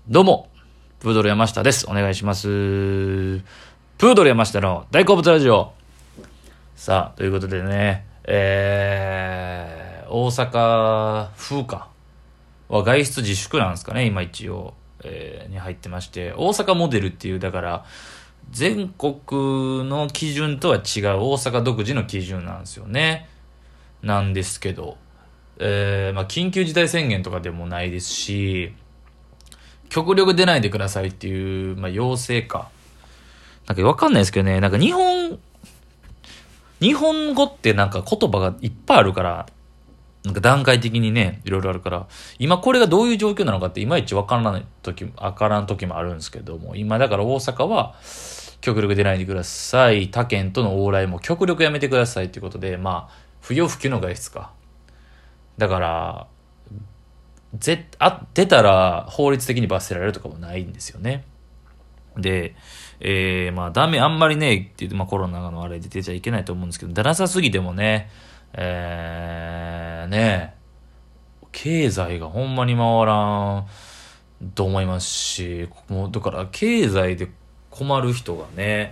どうも、プードル山下です。お願いします。プードル山下の大好物ラジオ。さあ、ということでね、大阪府は外出自粛なんですかね、今一応、に入ってまして、大阪モデルっていう、だから、全国の基準とは違う大阪独自の基準なんですよね。なんですけど、緊急事態宣言とかでもないですし、極力出ないでくださいっていう、要請か。なんかわかんないですけどね、なんか日本語ってなんか言葉がいっぱいあるから、なんか段階的にね、いろいろあるから、今これがどういう状況なのかっていまいちわからん時もあるんですけども、今だから大阪は、極力出ないでください。他県との往来も極力やめてくださいということで、不要不急の外出か。だから、出たら法律的に罰せられるとかもないんですよね。で、ダメ、あんまりね、って言って、コロナのあれで出ちゃいけないと思うんですけど、出なさすぎてもね、経済がほんまに回らんと思いますし、もう、だから経済で困る人がね、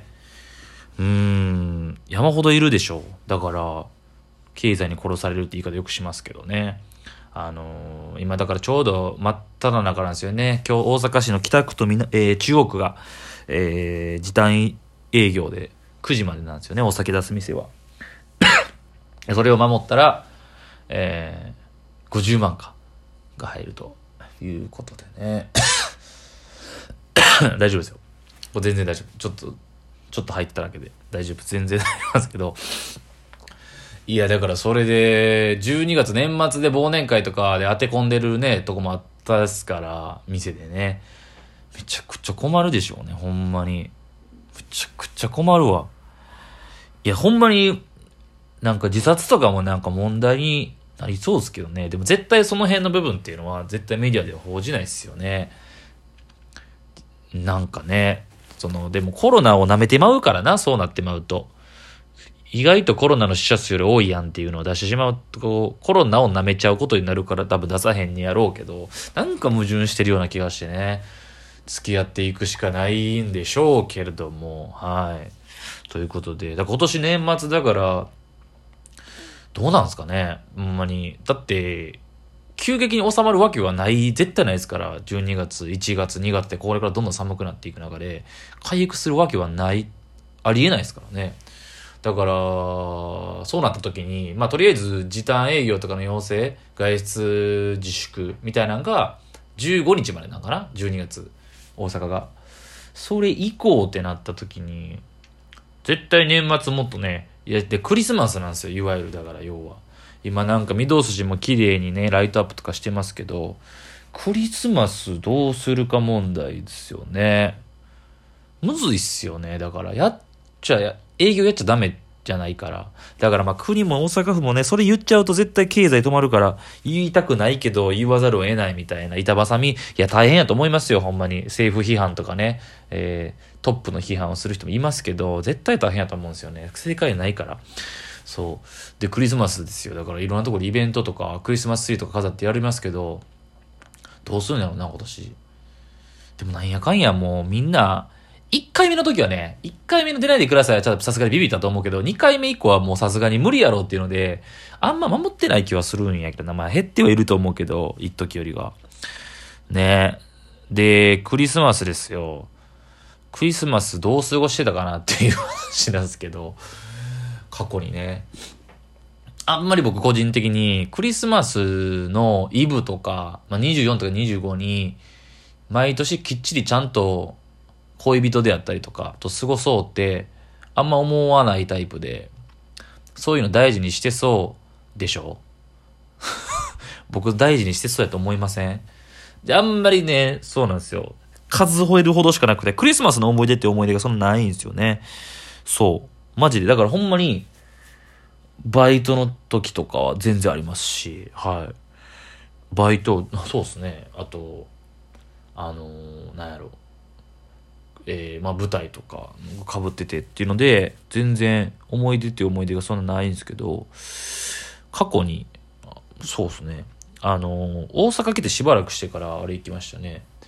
山ほどいるでしょう。だから、経済に殺されるって言い方よくしますけどね。今だからちょうど真っ只中なんですよね。今日大阪市の北区と中央区が、時短営業で9時までなんですよね、お酒出す店は。それを守ったら、50万かが入るということでね。大丈夫ですよ。これ全然大丈夫。ちょっと入っただけで大丈夫。全然ありますけど。いや、だからそれで、12月年末で忘年会とかで当て込んでるね、とこもあったですから、店でね。めちゃくちゃ困るでしょうね、ほんまに。めちゃくちゃ困るわ。いや、ほんまに、なんか自殺とかもなんか問題になりそうですけどね。でも絶対その辺の部分っていうのは、絶対メディアでは報じないですよね。なんかね、でもコロナを舐めてまうからな、そうなってまうと。意外とコロナの死者数より多いやんっていうのを出してしまうと、コロナを舐めちゃうことになるから多分出さへんにやろうけど、なんか矛盾してるような気がしてね、付き合っていくしかないんでしょうけれども、はい。ということで、今年年末だから、どうなんですかね、ほんまに。だって、急激に収まるわけはない、絶対ないですから、12月、1月、2月ってこれからどんどん寒くなっていく中で、回復するわけはない、ありえないですからね。だから、そうなった時に、とりあえず時短営業とかの要請、外出自粛みたいなのが、15日までなんかな ?12 月、大阪が。それ以降ってなった時に、絶対年末もっとね、で、クリスマスなんですよ、いわゆる、だから要は。今なんか御堂筋も綺麗にね、ライトアップとかしてますけど、クリスマスどうするか問題ですよね。むずいっすよね。だから、営業やっちゃダメじゃないから。だから国も大阪府もね、それ言っちゃうと絶対経済止まるから、言いたくないけど言わざるを得ないみたいな板挟み。いや、大変やと思いますよ、ほんまに。政府批判とかね、トップの批判をする人もいますけど、絶対大変やと思うんですよね。正解ないから。そう。で、クリスマスですよ。だからいろんなところでイベントとか、クリスマスツリーとか飾ってやりますけど、どうするんやろうな、今年。でもなんやかんやもうみんな、1回目の時はね、1回目の出ないでくださいはちょっとさすがにビビったと思うけど、2回目以降はもうさすがに無理やろうっていうので、あんま守ってない気はするんやけどな。減ってはいると思うけど、一時よりは。ねで、クリスマスですよ。クリスマスどう過ごしてたかなっていう話なんですけど、過去にね。あんまり僕個人的にクリスマスのイブとか、24とか25に、毎年きっちりちゃんと恋人であったりとかと過ごそうってあんま思わないタイプで、そういうの大事にしてそうでしょ？僕大事にしてそうやと思いません？で、あんまりね、そうなんですよ。数えるほどしかなくて、クリスマスの思い出って思い出がそんなないんですよね。そう。マジで。だからほんまに、バイトの時とかは全然ありますし、はい。バイト、そうですね。あと、なんやろ。舞台とか被っててっていうので、全然思い出っていう思い出がそんなないんですけど、過去に、そうですね。大阪来てしばらくしてからあれ行きましたね。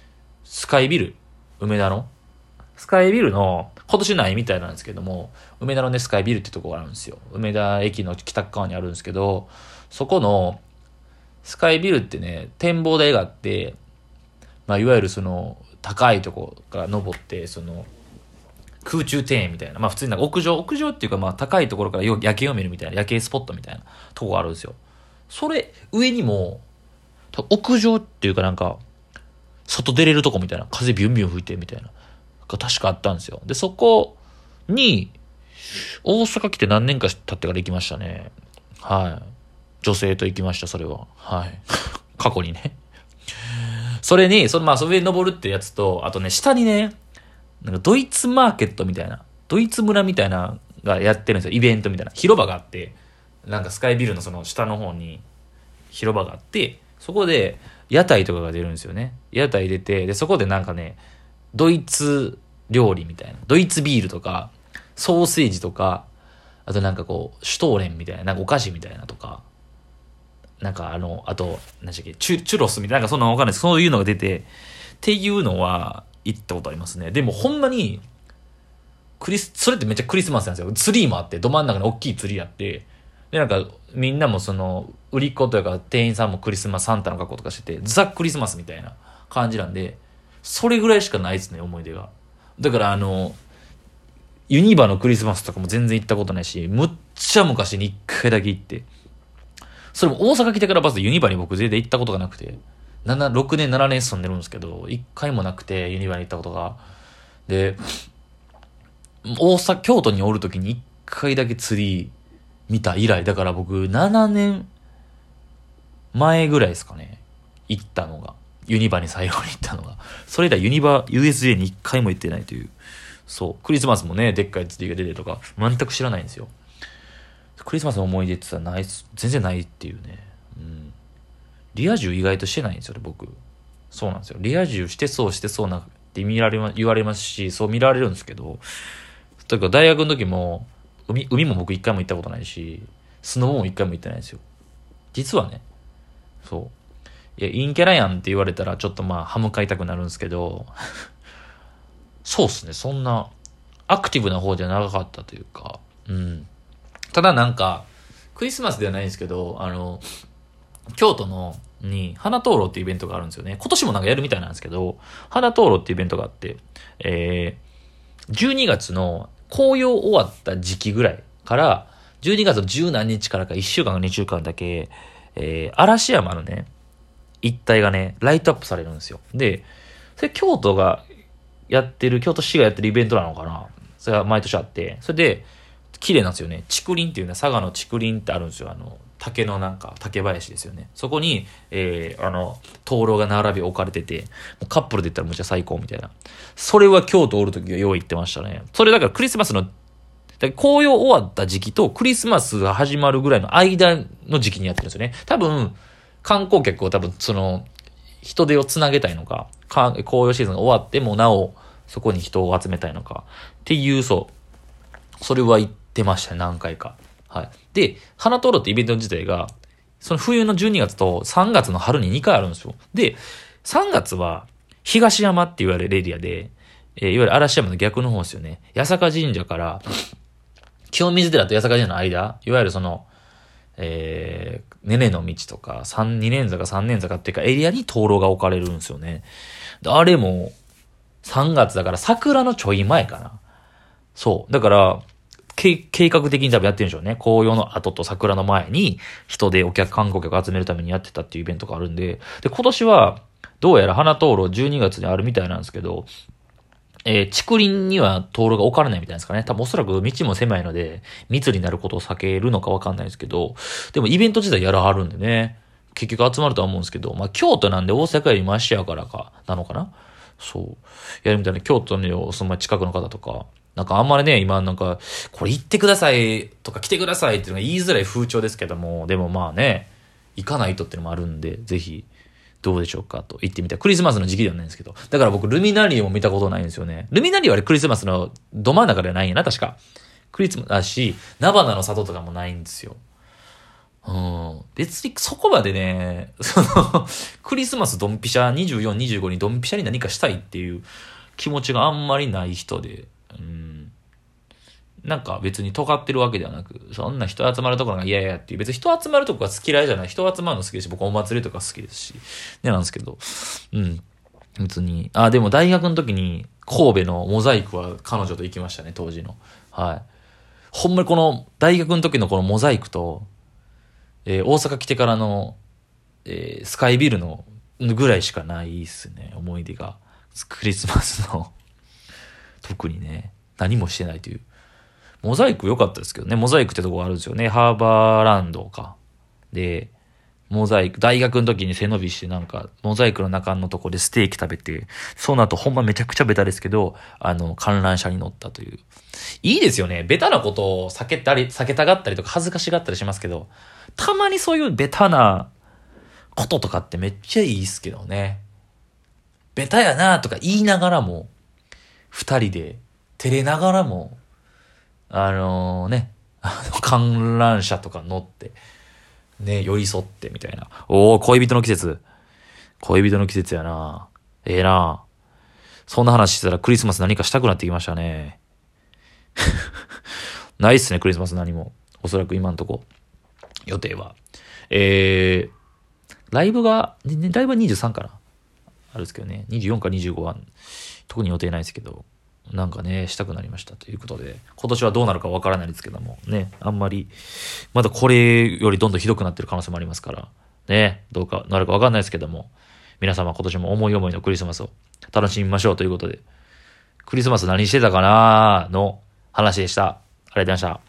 スカイビル、梅田の。スカイビルの、今年ないみたいなんですけども、梅田のね、スカイビルってとこがあるんですよ。梅田駅の北側にあるんですけど、そこの、スカイビルってね、展望台があって、まあ、いわゆるその、高いとこから登って、その、空中庭園みたいな、まあ普通になんか屋上っていうかまあ高いところから夜景を見るみたいな、夜景スポットみたいなとこがあるんですよ。それ、上にも、屋上っていうかなんか、外出れるとこみたいな、風ビュンビュン吹いてみたいな、が確かあったんですよ。で、そこに、大阪来て何年か経ってから行きましたね。はい。女性と行きました、それは。はい。過去にね。それに、まあ、上に登るってやつと、あとね、下にね、なんかドイツマーケットみたいな、ドイツ村みたいながやってるんですよ。イベントみたいな。広場があって、なんかスカイビルのその下の方に広場があって、そこで屋台とかが出るんですよね。屋台出て、で、そこでなんかね、ドイツ料理みたいな。ドイツビールとか、ソーセージとか、あとなんかこう、シュトーレンみたいな、なんかお菓子みたいなとか、なんかあと、何でしたっけ、チュロスみたいな、なんかそんなのわかんないです。そういうのが出て、っていうのは行ったことありますね。でもほんまに、それってめっちゃクリスマスなんですよ。ツリーもあって、ど真ん中に大きいツリーあって、で、なんか、みんなもその、売り子というか、店員さんもクリスマスサンタの格好とかしてて、ザ・クリスマスみたいな感じなんで、それぐらいしかないですね、思い出が。だからユニバのクリスマスとかも全然行ったことないし、むっちゃ昔に一回だけ行って、それも大阪来てからバスでユニバに僕全然行ったことがなくて、6年、7年住んでるんですけど、一回もなくて、ユニバに行ったことが。で、京都におるときに一回だけ釣り見た以来、だから僕7年前ぐらいですかね。行ったのが。ユニバに最後に行ったのが。それ以来ユニバ USJ に一回も行ってないという。そう。クリスマスもね、でっかい釣りが出てとか、全く知らないんですよ。クリスマスの思い出って言ったらない、全然ないっていうね。うん。リア充意外としてないんですよね、僕。そうなんですよ。リア充してそうなって言われますし、そう見られるんですけど、というか大学の時も海も僕一回も行ったことないし、スノボも一回も行ってないんですよ。実はね、そう。いや、陰キャラやんって言われたらちょっとまあ歯向かいたくなるんですけど、そうっすね、そんなアクティブな方じゃ長かったというか、うん。ただなんか、クリスマスではないんですけど、京都に花灯籠っていうイベントがあるんですよね。今年もなんかやるみたいなんですけど、花灯籠っていうイベントがあって、12月の紅葉終わった時期ぐらいから、12月の十何日からか1週間か2週間だけ、嵐山のね、一帯がね、ライトアップされるんですよ。で、それ京都市がやってるイベントなのかな、それが毎年あって、それで、綺麗なんですよね。竹林っていうね、佐賀の竹林ってあるんですよ。竹のなんか、竹林ですよね。そこに、灯籠が並び置かれてて、もうカップルで言ったらむちゃ最高みたいな。それは京都おるときはよう言ってましたね。それだからクリスマスの、紅葉終わった時期とクリスマスが始まるぐらいの間の時期にやってるんですよね。多分、観光客を人手をつなげたいのか、紅葉シーズンが終わってもなお、そこに人を集めたいのか、っていう、それは言ってましたね、何回か。はい。で、花灯籠ってイベント自体が、その冬の12月と3月の春に2回あるんですよ。で、3月は東山って言われるエリアで、いわゆる嵐山の逆の方ですよね。八坂神社から、清水寺と八坂神社の間、いわゆるねねの道とか、2年坂3年坂っていうかエリアに灯籠が置かれるんですよね。あれも3月だから桜のちょい前かな。そう。だから、計画的に多分やってるんでしょうね。紅葉の後と桜の前に観光客を集めるためにやってたっていうイベントがあるんで、で、今年は、どうやら花灯籠12月にあるみたいなんですけど、竹林には灯籠が置かれないみたいですかね。多分おそらく道も狭いので、密になることを避けるのかわかんないですけど、でもイベント自体やらはるんでね、結局集まるとは思うんですけど、まあ京都なんで大阪よりマシやからなのかな。そう。やるみたいな、京都のその近くの方とか、なんかあんまりね、今なんか、これ行ってくださいとか来てくださいっていうのが言いづらい風潮ですけども、でもまあね、行かないとっていうのもあるんで、ぜひ、どうでしょうかと言ってみたい。クリスマスの時期ではないんですけど。だから僕、ルミナリーも見たことないんですよね。ルミナリーはあれクリスマスのど真ん中ではないんやな、確か。クリスマスだし、菜花の里とかもないんですよ。 うん。別にそこまでね、クリスマスドンピシャ24、25にドンピシャに何かしたいっていう気持ちがあんまりない人で、うん。なんか別に尖ってるわけではなく、そんな人集まるところが嫌やっていう、別に人集まるとこが好き嫌いじゃない、人集まるの好きですし、僕お祭りとか好きですし、ね、なんですけど、うん。別に、でも大学の時に神戸のモザイクは彼女と行きましたね、当時の。はい。ほんまにこの大学の時のこのモザイクと、大阪来てからの、スカイビルのぐらいしかないっすね、思い出が。クリスマスの特にね、何もしてないという。モザイク良かったですけどね、モザイクってとこあるんですよね、ハーバーランドか。で、モザイク、大学の時に背伸びしてなんか、モザイクの中のとこでステーキ食べて、その後ほんまめちゃくちゃベタですけど、観覧車に乗ったという。いいですよね。ベタなことを避けたがったりとか恥ずかしがったりしますけど、たまにそういうベタなこととかってめっちゃいいっすけどね。ベタやなとか言いながらも、二人で照れながらも、観覧車とか乗って、ね、寄り添ってみたいな。おー、恋人の季節。恋人の季節やな。ええな。そんな話してたらクリスマス何かしたくなってきましたね。ないっすね、クリスマス何も。おそらく今んとこ。予定は。ライブは23かなあるんですけどね。24か25は特に予定ないですけど。なんかね、したくなりましたということで、今年はどうなるかわからないですけども、ね、あんまり、まだこれよりどんどんひどくなってる可能性もありますから、ね、どうかなるかわかんないですけども、皆様今年も思い思いのクリスマスを楽しみましょうということで、クリスマス何してたかなの話でした。ありがとうございました。